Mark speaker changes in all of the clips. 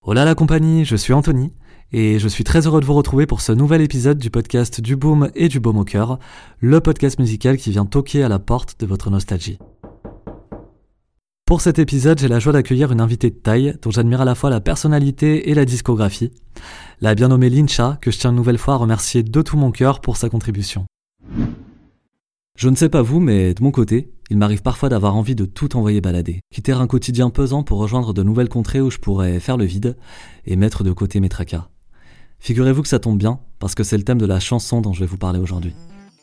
Speaker 1: Hola la compagnie, je suis Anthony et je suis très heureux de vous retrouver pour ce nouvel épisode du podcast du Boom et du Baume au cœur, le podcast musical qui vient toquer à la porte de votre nostalgie. Pour cet épisode, j'ai la joie d'accueillir une invitée de taille dont j'admire à la fois la personnalité et la discographie, la bien nommée Lincha, que je tiens une nouvelle fois à remercier de tout mon cœur pour sa contribution. Je ne sais pas vous, mais de mon côté, il m'arrive parfois d'avoir envie de tout envoyer balader, quitter un quotidien pesant pour rejoindre de nouvelles contrées où je pourrais faire le vide et mettre de côté mes tracas. Figurez-vous que ça tombe bien, parce que c'est le thème de la chanson dont je vais vous parler aujourd'hui.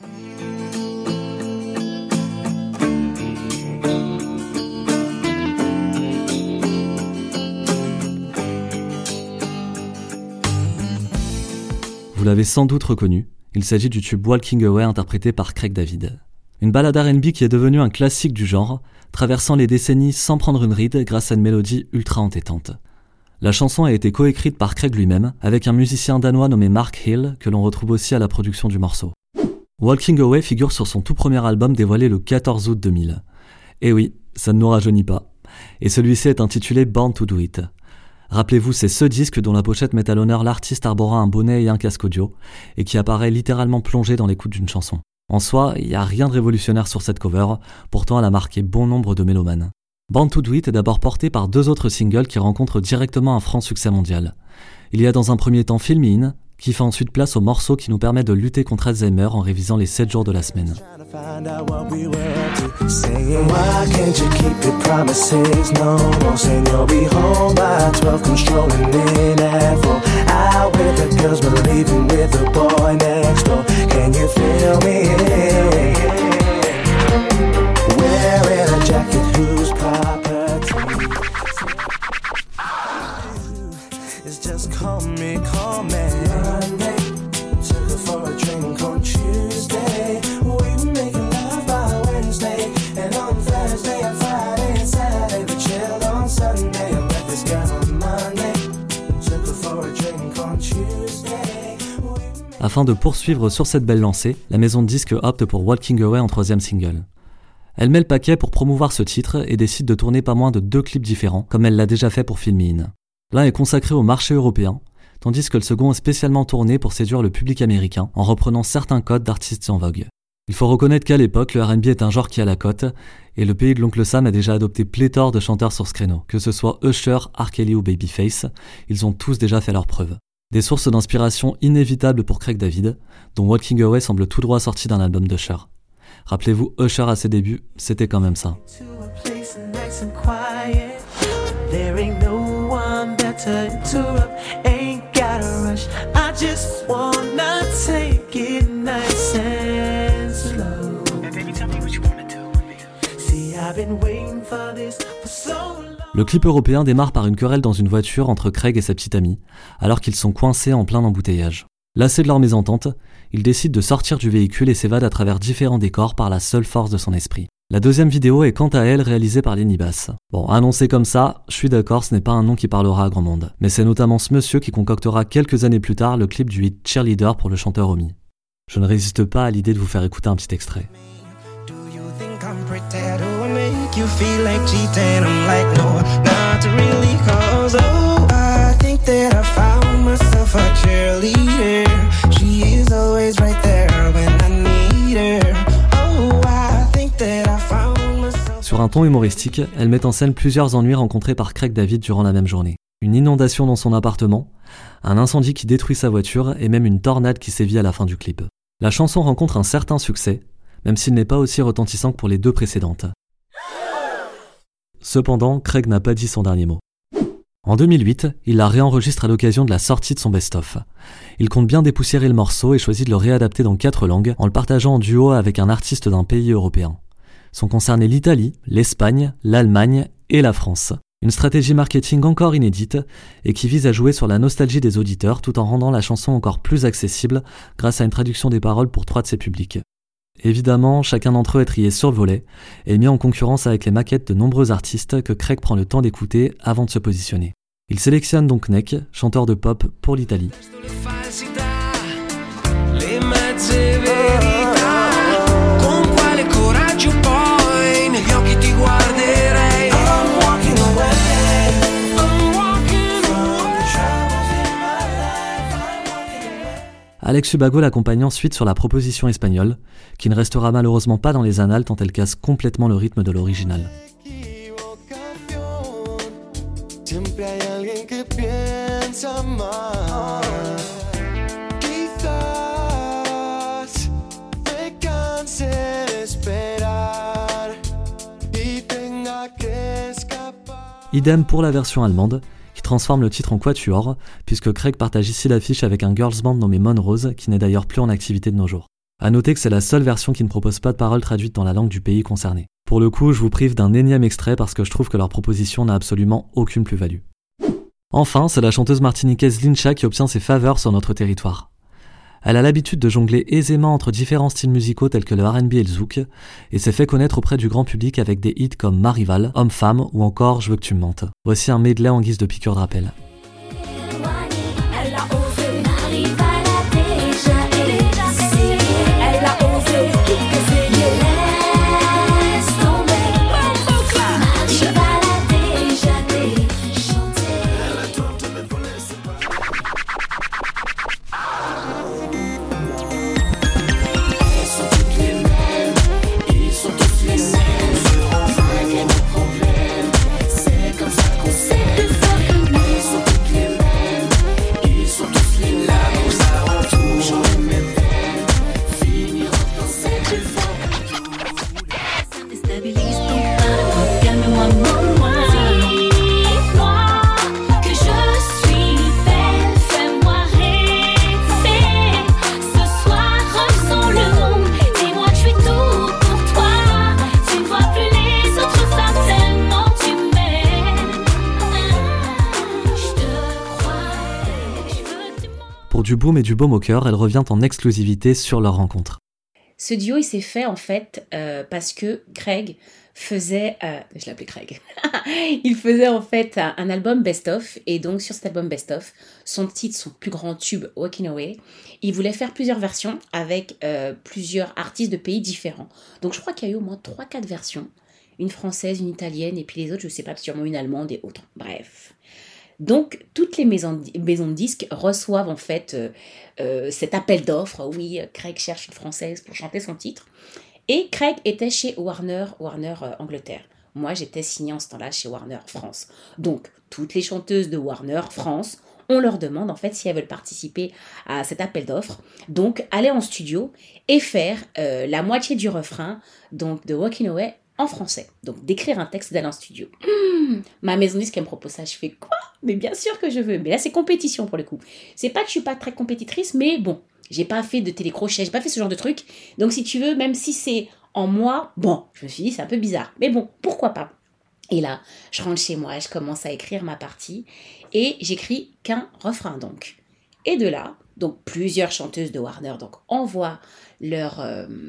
Speaker 1: Vous l'avez sans doute reconnu, il s'agit du tube Walking Away interprété par Craig David. Une ballade R&B qui est devenue un classique du genre, traversant les décennies sans prendre une ride grâce à une mélodie ultra entêtante. La chanson a été coécrite par Craig lui-même, avec un musicien danois nommé Mark Hill, que l'on retrouve aussi à la production du morceau. Walking Away figure sur son tout premier album dévoilé le 14 août 2000. Et oui, ça ne nous rajeunit pas. Et celui-ci est intitulé Born to Do It. Rappelez-vous, c'est ce disque dont la pochette met à l'honneur l'artiste arborant un bonnet et un casque audio, et qui apparaît littéralement plongé dans l'écoute d'une chanson. En soi, il n'y a rien de révolutionnaire sur cette cover, pourtant elle a marqué bon nombre de mélomanes. Born to Do It est d'abord porté par deux autres singles qui rencontrent directement un franc succès mondial. Il y a dans un premier temps Fill Me In, qui fait ensuite place au morceau qui nous permet de lutter contre Alzheimer en révisant les 7 jours de la semaine. Afin de poursuivre sur cette belle lancée, la maison de disques opte pour Walking Away en troisième single. Elle met le paquet pour promouvoir ce titre et décide de tourner pas moins de 2 clips différents, comme elle l'a déjà fait pour Fill Me In. L'un est consacré au marché européen, tandis que le second est spécialement tourné pour séduire le public américain en reprenant certains codes d'artistes en vogue. Il faut reconnaître qu'à l'époque, le R&B est un genre qui a la cote, et le pays de l'oncle Sam a déjà adopté pléthore de chanteurs sur ce créneau. Que ce soit Usher, R. Kelly ou Babyface, ils ont tous déjà fait leurs preuves. Des sources d'inspiration inévitables pour Craig David, dont Walking Away semble tout droit sorti d'un album d'Usher. Rappelez-vous, Usher à ses débuts, c'était quand même ça. Le clip européen démarre par une querelle dans une voiture entre Craig et sa petite amie, alors qu'ils sont coincés en plein embouteillage. Lassés de leur mésentente, il décide de sortir du véhicule et s'évade à travers différents décors par la seule force de son esprit. La deuxième vidéo est quant à elle réalisée par Lenny Bass. Bon, annoncé comme ça, je suis d'accord, ce n'est pas un nom qui parlera à grand monde. Mais c'est notamment ce monsieur qui concoctera quelques années plus tard le clip du hit Cheerleader pour le chanteur Omi. Je ne résiste pas à l'idée de vous faire écouter un petit extrait. You feel like cheating, I'm like no, not really, cause oh, I think that I found myself a cheerleader. She is always right there when I need her. Oh, I think that I found myself. Sur un ton humoristique, elle met en scène plusieurs ennuis rencontrés par Craig David durant la même journée. Une inondation dans son appartement, un incendie qui détruit sa voiture et même une tornade qui sévit à la fin du clip. La chanson rencontre un certain succès, même s'il n'est pas aussi retentissant que pour les deux précédentes. Cependant, Craig n'a pas dit son dernier mot. En 2008, il la réenregistre à l'occasion de la sortie de son best-of. Il compte bien dépoussiérer le morceau et choisit de le réadapter dans 4 langues en le partageant en duo avec un artiste d'un pays européen. Sont concernés l'Italie, l'Espagne, l'Allemagne et la France. Une stratégie marketing encore inédite et qui vise à jouer sur la nostalgie des auditeurs tout en rendant la chanson encore plus accessible grâce à une traduction des paroles pour 3 de ses publics. Évidemment, chacun d'entre eux est trié sur le volet et mis en concurrence avec les maquettes de nombreux artistes que Craig prend le temps d'écouter avant de se positionner. Il sélectionne donc Nek, chanteur de pop pour l'Italie. Alex Ubago l'accompagne ensuite sur la proposition espagnole, qui ne restera malheureusement pas dans les annales tant elle casse complètement le rythme de l'original. Idem pour la version allemande, qui transforme le titre en quatuor, puisque Craig partage ici l'affiche avec un girls band nommé Monrose, qui n'est d'ailleurs plus en activité de nos jours. A noter que c'est la seule version qui ne propose pas de paroles traduites dans la langue du pays concerné. Pour le coup, je vous prive d'un énième extrait parce que je trouve que leur proposition n'a absolument aucune plus-value. Enfin, c'est la chanteuse martiniquaise Lincha qui obtient ses faveurs sur notre territoire. Elle a l'habitude de jongler aisément entre différents styles musicaux tels que le R&B et le zouk, et s'est fait connaître auprès du grand public avec des hits comme Marival, Homme-Femme ou encore Je veux que tu me mentes. Voici un medley en guise de piqûre de rappel. Pour du boom et du baume au cœur, elle revient en exclusivité sur leur rencontre.
Speaker 2: Ce duo, il s'est fait en fait parce que Craig faisait... je l'appelais Craig. Il faisait en fait un album best-of, et donc sur cet album best-of, son plus grand tube, Walking Away, il voulait faire plusieurs versions avec plusieurs artistes de pays différents. Donc je crois qu'il y a eu au moins 3-4 versions, une française, une italienne, et puis les autres, je ne sais pas, sûrement une allemande et autres. Bref. Donc, toutes les maisons de disques reçoivent en fait cet appel d'offres. Oui, Craig cherche une Française pour chanter son titre. Et Craig était chez Warner Angleterre. Moi, j'étais signée en ce temps-là chez Warner France. Donc, toutes les chanteuses de Warner France, on leur demande en fait si elles veulent participer à cet appel d'offres. Donc, aller en studio et faire la moitié du refrain donc de Walking Away en français. Donc, d'écrire un texte d'aller en studio. Ma maison de disque, elle me propose ça. Je fais quoi ? Mais bien sûr que je veux. Mais là, c'est compétition pour le coup. C'est pas que je suis pas très compétitrice, mais bon, j'ai pas fait de télécrochet, j'ai pas fait ce genre de truc. Donc, si tu veux, même si c'est en moi, bon, je me suis dit, c'est un peu bizarre. Mais bon, pourquoi pas ? Et là, je rentre chez moi, je commence à écrire ma partie et j'écris qu'un refrain donc. Et de là, donc plusieurs chanteuses de Warner donc envoient leur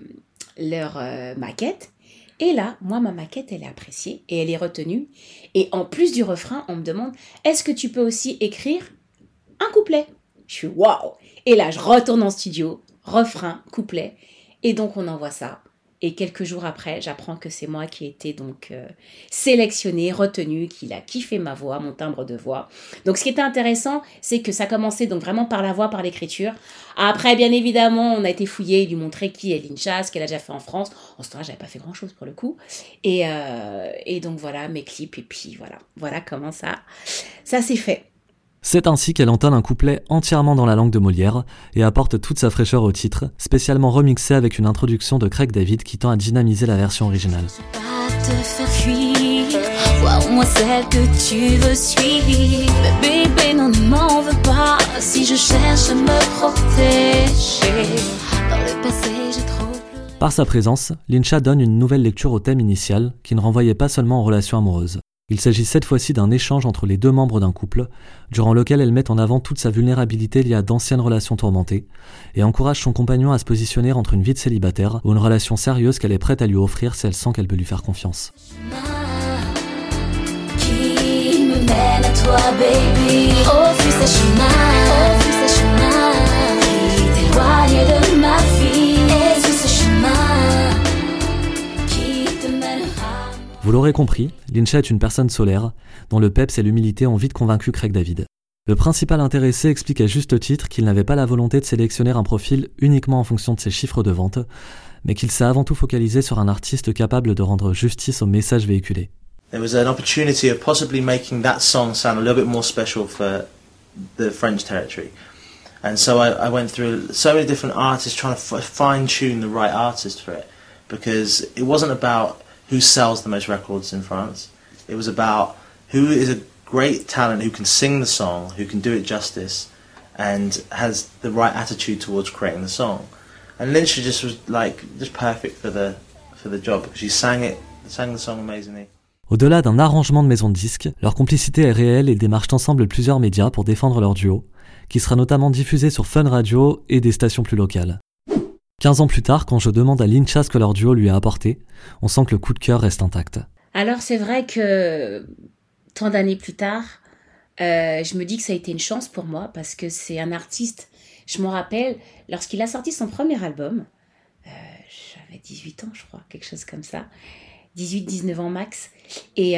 Speaker 2: maquette. Et là, moi, ma maquette, elle est appréciée et elle est retenue. Et en plus du refrain, on me demande, est-ce que tu peux aussi écrire un couplet ? Je suis waouh ! Et là, je retourne en studio, refrain, couplet. Et donc, on envoie ça. Et quelques jours après, j'apprends que c'est moi qui ai été donc sélectionnée, retenue, qu'il a kiffé ma voix, mon timbre de voix. Donc ce qui était intéressant, c'est que ça commençait donc vraiment par la voix, par l'écriture. Après, bien évidemment, on a été fouillé, il lui montrait qui est Lincha, ce qu'elle a déjà fait en France. En ce temps-là, j'avais pas fait grand-chose pour le coup. Et donc voilà, mes clips, et puis voilà comment ça s'est fait.
Speaker 1: C'est ainsi qu'elle entame un couplet entièrement dans la langue de Molière et apporte toute sa fraîcheur au titre, spécialement remixé avec une introduction de Craig David qui tend à dynamiser la version originale.
Speaker 3: Pas te faire fuir, vois au moins celle que tu veux suivre. Mais bébé, non, ne m'en veux pas si je cherche à me protéger. Dans le passé, j'ai trop pleuré.
Speaker 1: Par sa présence, Lincha donne une nouvelle lecture au thème initial qui ne renvoyait pas seulement aux relations amoureuses. Il s'agit cette fois-ci d'un échange entre les deux membres d'un couple, durant lequel elle met en avant toute sa vulnérabilité liée à d'anciennes relations tourmentées, et encourage son compagnon à se positionner entre une vie de célibataire ou une relation sérieuse qu'elle est prête à lui offrir si elle sent qu'elle peut lui faire confiance.
Speaker 3: Qui me mène à toi, baby. Oh, fuis ce chemin, qui t'éloigne de ma vie. Et suis ce chemin qui te mènera.
Speaker 1: Vous l'aurez compris, Lincha est une personne solaire, dont le peps et l'humilité ont vite convaincu Craig David. Le principal intéressé explique à juste titre qu'il n'avait pas la volonté de sélectionner un profil uniquement en fonction de ses chiffres de vente, mais qu'il s'est avant tout focalisé sur un artiste capable de rendre justice au message véhiculé.
Speaker 4: There was an opportunity of possibly making that song sound a little bit more special for the French territory. And so I went through so many different artists trying to fine-tune the right artist for it, because it wasn't about who sells the most records in France. It was about who is a great talent, who can sing the song, who can do it justice, and has the right attitude towards creating the song. And Lynch just was just perfect for the job, because she sang the song amazingly.
Speaker 1: Au-delà d'un arrangement de maison de disques, leur complicité est réelle et démarchent ensemble plusieurs médias pour défendre leur duo, qui sera notamment diffusé sur Fun Radio et des stations plus locales. 15 ans plus tard, quand je demande à Lyncha ce que leur duo lui a apporté, on sent que le coup de cœur reste intact.
Speaker 2: Alors c'est vrai que tant d'années plus tard, je me dis que ça a été une chance pour moi parce que c'est un artiste, je me rappelle, lorsqu'il a sorti son premier album, j'avais 18 ans je crois, quelque chose comme ça, 18-19 ans max, et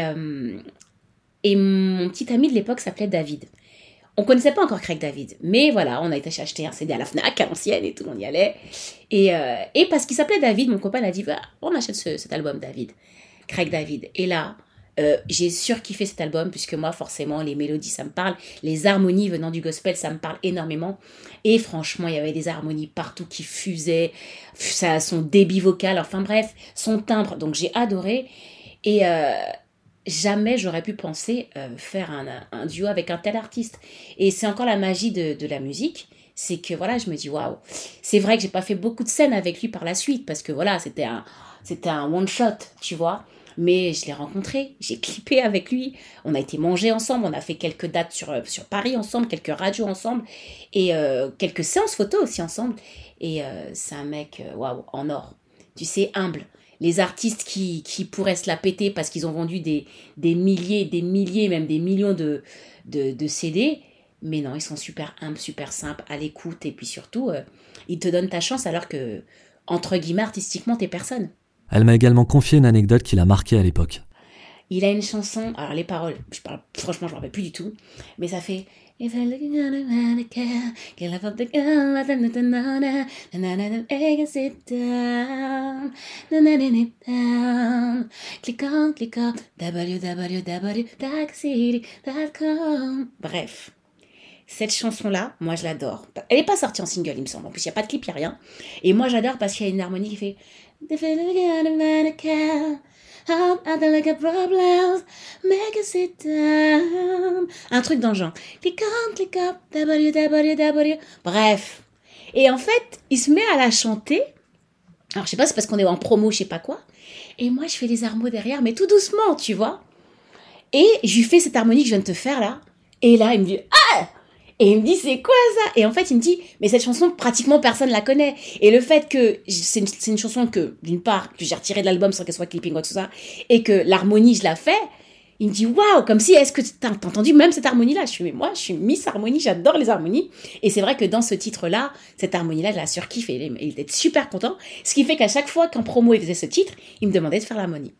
Speaker 2: mon petit ami de l'époque s'appelait David. On connaissait pas encore Craig David, mais voilà, on a été acheter un CD à la Fnac, à l'ancienne et tout, on y allait. Et parce qu'il s'appelait David, mon copain a dit, on achète cet album David, Craig David. Et là, j'ai surkiffé cet album, puisque moi, forcément, les mélodies, ça me parle. Les harmonies venant du gospel, ça me parle énormément. Et franchement, il y avait des harmonies partout qui fusaient, son débit vocal, enfin bref, son timbre. Donc j'ai adoré. Et jamais j'aurais pu penser faire un duo avec un tel artiste. Et c'est encore la magie de la musique. C'est que voilà, je me dis waouh. C'est vrai que j'ai pas fait beaucoup de scènes avec lui par la suite, parce que voilà, c'était un one shot, tu vois. Mais je l'ai rencontré, j'ai clippé avec lui, on a été manger ensemble, on a fait quelques dates sur Paris ensemble, quelques radios ensemble, et quelques séances photos aussi ensemble. Et c'est un mec, waouh, en or. Tu sais, humble. Les artistes qui pourraient se la péter parce qu'ils ont vendu des milliers, même des millions de CD, mais non, ils sont super humbles, super simples, à l'écoute, et puis surtout, ils te donnent ta chance alors que, entre guillemets, artistiquement, t'es personne.
Speaker 1: Elle m'a également confié une anecdote qui l'a marquée à l'époque.
Speaker 2: Il a une chanson, alors les paroles, franchement, je ne me rappelle plus du tout, mais ça fait If I'm looking at a mannequin, get up the girl, I don't know, I can sit down, down, click on, www.darkcity.com. Bref, cette chanson-là, moi je l'adore. Elle n'est pas sortie en single, il me semble. En plus, il n'y a pas de clip, il n'y a rien. Et moi j'adore parce qu'il y a une harmonie qui fait If I'm looking at a mannequin, I don't like a problem, make it sit down. Un truc dans le genre. Click up, www. Bref. Et en fait, il se met à la chanter. Alors, je sais pas, c'est parce qu'on est en promo, je sais pas quoi. Et moi, je fais les harmonies derrière, mais tout doucement, tu vois. Et je lui fais cette harmonie que je viens de te faire, là. Et là, il me dit, ah! Et il me dit, c'est quoi ça? Et en fait, il me dit, mais cette chanson, pratiquement personne la connaît. Et le fait que c'est une chanson que, d'une part, que j'ai retirée de l'album sans qu'elle soit clipping ou quoi que ce soit, et que l'harmonie, je la fais, il me dit, waouh, comme si, est-ce que t'as entendu même cette harmonie-là? Je suis, mais moi, je suis Miss Harmonie, j'adore les harmonies. Et c'est vrai que dans ce titre-là, cette harmonie-là, je la surkiffe et il était super content. Ce qui fait qu'à chaque fois qu'en promo, il faisait ce titre, il me demandait de faire l'harmonie.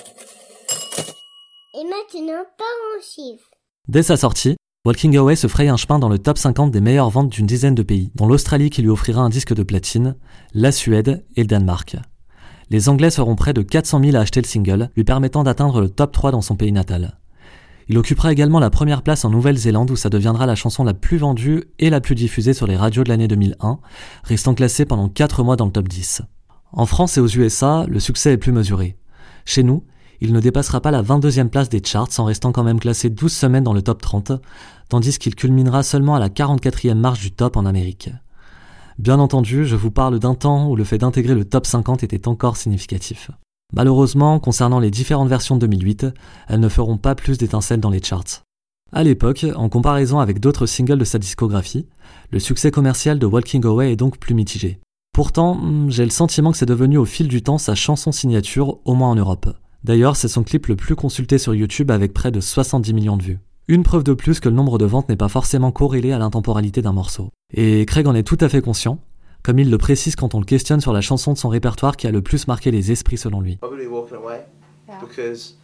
Speaker 3: Et maintenant, pas en chiffres.
Speaker 1: Dès sa sortie, Walking Away se fraye un chemin dans le top 50 des meilleures ventes d'une dizaine de pays, dont l'Australie qui lui offrira un disque de platine, la Suède et le Danemark. Les Anglais seront près de 400 000 à acheter le single, lui permettant d'atteindre le top 3 dans son pays natal. Il occupera également la première place en Nouvelle-Zélande où ça deviendra la chanson la plus vendue et la plus diffusée sur les radios de l'année 2001, restant classée pendant 4 mois dans le top 10. En France et aux USA, le succès est plus mesuré. Chez nous, il ne dépassera pas la 22e place des charts en restant quand même classé 12 semaines dans le top 30, tandis qu'il culminera seulement à la 44e marche du top en Amérique. Bien entendu, je vous parle d'un temps où le fait d'intégrer le top 50 était encore significatif. Malheureusement, concernant les différentes versions de 2008, elles ne feront pas plus d'étincelles dans les charts. À l'époque, en comparaison avec d'autres singles de sa discographie, le succès commercial de Walking Away est donc plus mitigé. Pourtant, j'ai le sentiment que c'est devenu au fil du temps sa chanson signature, au moins en Europe. D'ailleurs, c'est son clip le plus consulté sur YouTube avec près de 70 millions de vues. Une preuve de plus que le nombre de ventes n'est pas forcément corrélé à l'intemporalité d'un morceau. Et Craig en est tout à fait conscient, comme il le précise quand on le questionne sur la chanson de son répertoire qui a le plus marqué les esprits selon lui.
Speaker 4: Probably Walking Away, because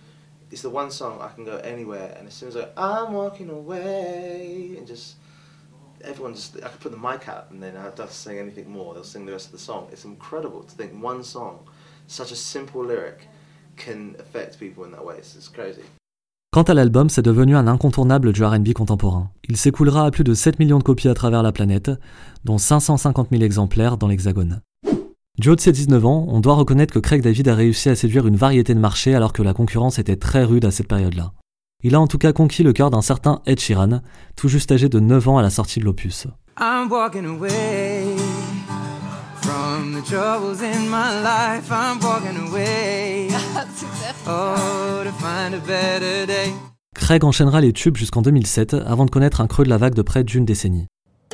Speaker 4: it's the one song I can go anywhere, and as soon as I'm walking away, and just everyone just I could put the mic out, and then I don't have to sing anything more. They'll sing the rest of the song. It's incredible to think one song, such a simple lyric, can affect people in that way. It's crazy.
Speaker 1: Quant à l'album, c'est devenu un incontournable du R&B contemporain. Il s'écoulera à plus de 7 millions de copies à travers la planète, dont 550 000 exemplaires dans l'Hexagone. Du haut de ses 19 ans, on doit reconnaître que Craig David a réussi à séduire une variété de marchés alors que la concurrence était très rude à cette période-là. Il a en tout cas conquis le cœur d'un certain Ed Sheeran, tout juste âgé de 9 ans à la sortie de l'opus.
Speaker 5: I'm walking away from the troubles in my life. I'm walking away oh, to find a better day.
Speaker 1: Craig enchaînera les tubes jusqu'en 2007 avant de connaître un creux de la vague de près d'une décennie.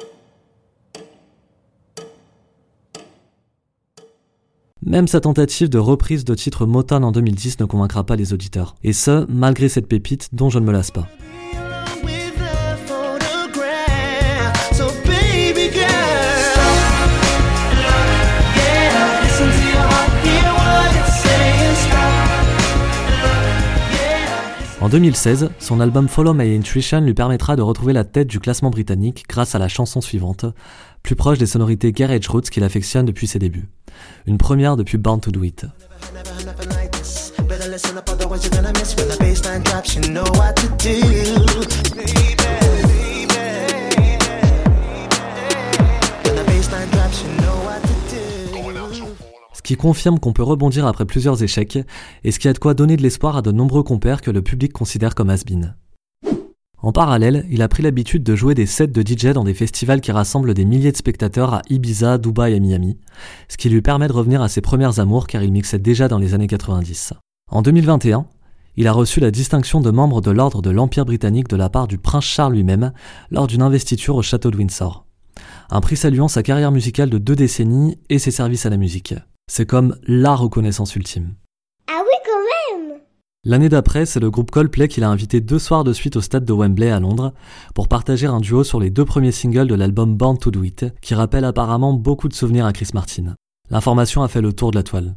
Speaker 1: Même sa tentative de reprise de titre Motown en 2010 ne convaincra pas les auditeurs. Et ce, malgré cette pépite dont je ne me lasse pas. En 2016, son album Follow My Intuition lui permettra de retrouver la tête du classement britannique grâce à la chanson suivante, plus proche des sonorités garage roots qu'il affectionne depuis ses débuts. Une première depuis Born to Do It. Ce qui confirme qu'on peut rebondir après plusieurs échecs, et ce qui a de quoi donner de l'espoir à de nombreux compères que le public considère comme has-been. En parallèle, il a pris l'habitude de jouer des sets de DJ dans des festivals qui rassemblent des milliers de spectateurs à Ibiza, Dubaï et Miami, ce qui lui permet de revenir à ses premières amours car il mixait déjà dans les années 90. En 2021, il a reçu la distinction de membre de l'ordre de l'Empire britannique de la part du prince Charles lui-même lors d'une investiture au château de Windsor. Un prix saluant sa carrière musicale de 2 décennies et ses services à la musique. C'est comme la reconnaissance ultime.
Speaker 6: Ah oui, quand même!
Speaker 1: L'année d'après, c'est le groupe Coldplay qui l'a invité 2 soirs de suite au stade de Wembley à Londres pour partager un duo sur les 2 premiers singles de l'album Born to Do It, qui rappelle apparemment beaucoup de souvenirs à Chris Martin. L'information a fait le tour de la toile.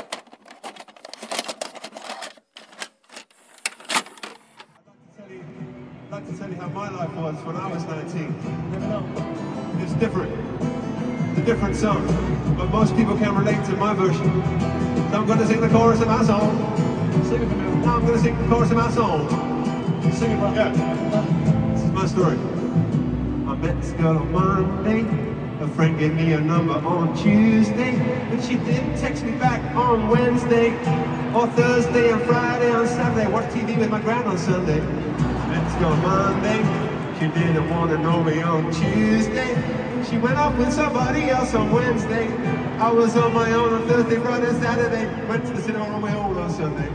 Speaker 7: Different song, but most people can relate to my version. So I'm going to sing the chorus of our song. Sing it for me. Now I'm going to sing the chorus of our song. Sing it, yeah. This is my story. I met this girl on Monday. A friend gave me a number on Tuesday, but she didn't text me back on Wednesday, or Thursday, and Friday, and Saturday. Watch TV with my grand on Sunday. Met this girl on Monday. She didn't want to know me on Tuesday. She went off with somebody else on Wednesday. I was on my own on Thursday, Friday, Saturday. Went to the cinema on my own on Sunday.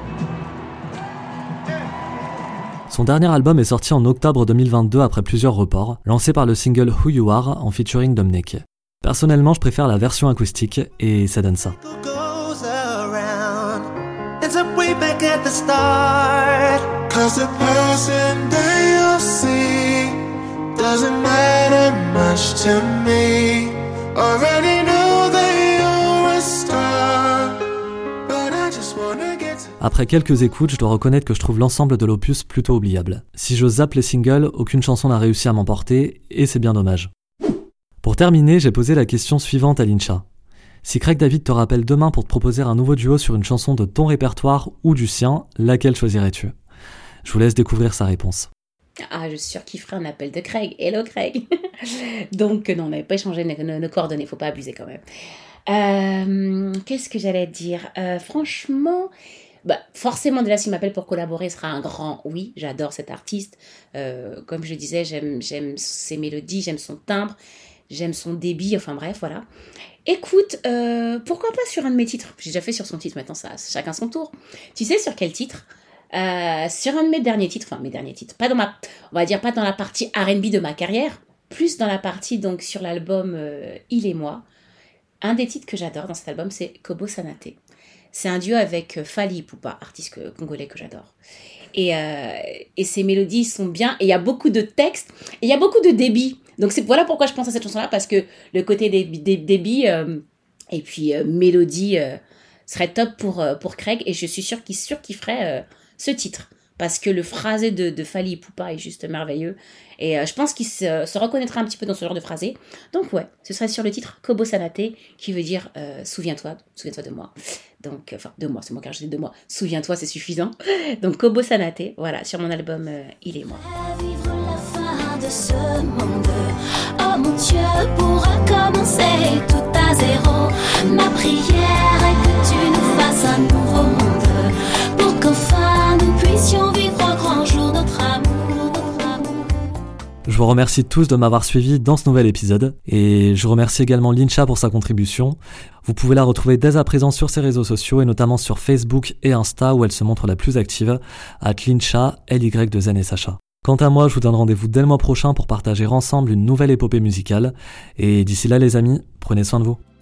Speaker 1: Son dernier album est sorti en octobre 2022 après plusieurs reports, lancé par le single Who You Are en featuring Dominic. Personnellement, je préfère la version acoustique et ça donne ça.
Speaker 8: Doesn't matter much to me. Already know that you're a star, but I just wanna get to...
Speaker 1: Après quelques écoutes, je dois reconnaître que je trouve l'ensemble de l'opus plutôt oubliable. Si je zappe les singles, aucune chanson n'a réussi à m'emporter, et c'est bien dommage. Pour terminer, j'ai posé la question suivante à Lincha. Si Craig David te rappelle demain pour te proposer un nouveau duo sur une chanson de ton répertoire ou du sien, laquelle choisirais-tu ? Je vous laisse découvrir sa réponse.
Speaker 2: Ah, je surkifferais un appel de Craig. Hello Craig. Donc non, on n'avait pas échangé nos coordonnées, faut pas abuser quand même. Qu'est-ce que j'allais dire ? Franchement, forcément déjà s'il m'appelle pour collaborer, ce sera un grand oui. J'adore cet artiste. Comme je disais, j'aime ses mélodies, j'aime son timbre, j'aime son débit. Enfin bref, voilà. Écoute, pourquoi pas sur un de mes titres ? J'ai déjà fait sur son titre. Maintenant, ça, chacun son tour. Tu sais sur quel titre ? Sur un de mes derniers titres, pas dans on va dire pas dans la partie R&B de ma carrière, plus dans la partie donc sur l'album Il et moi. Un des titres que j'adore dans cet album, c'est Kobo Sanate. C'est un duo avec Fally Ipupa, artiste congolais que j'adore. Et ses mélodies sont bien, et il y a beaucoup de textes, et il y a beaucoup de débit. Donc voilà pourquoi je pense à cette chanson-là, parce que le côté débit et puis mélodie serait top pour Craig, et je suis sûre qu'il ferait ce titre. Parce que le phrasé de Fally Ipupa est juste merveilleux. Et je pense qu'il se reconnaîtra un petit peu dans ce genre de phrasé. Donc ouais, ce serait sur le titre Kobo Sanate, qui veut dire souviens-toi de moi. Donc, enfin, de moi, c'est moi car je dis de moi. Souviens-toi, c'est suffisant. Donc Kobo Sanate, voilà, sur mon album Il et moi.
Speaker 3: Vivre la fin de ce monde. Oh mon Dieu, pourra commencer tout à zéro. Ma prière est que tu nous fasses un nouveau monde. Pour qu'enfin nous puissions vivre au grand jour notre amour.
Speaker 1: Je vous remercie tous de m'avoir suivi dans ce nouvel épisode et je remercie également Lincha pour sa contribution. Vous pouvez la retrouver dès à présent sur ses réseaux sociaux et notamment sur Facebook et Insta où elle se montre la plus active, @Lincha, L-Y-2-N-S-H-A. Quant à moi, je vous donne rendez-vous dès le mois prochain pour partager ensemble une nouvelle épopée musicale et d'ici là les amis, prenez soin de vous.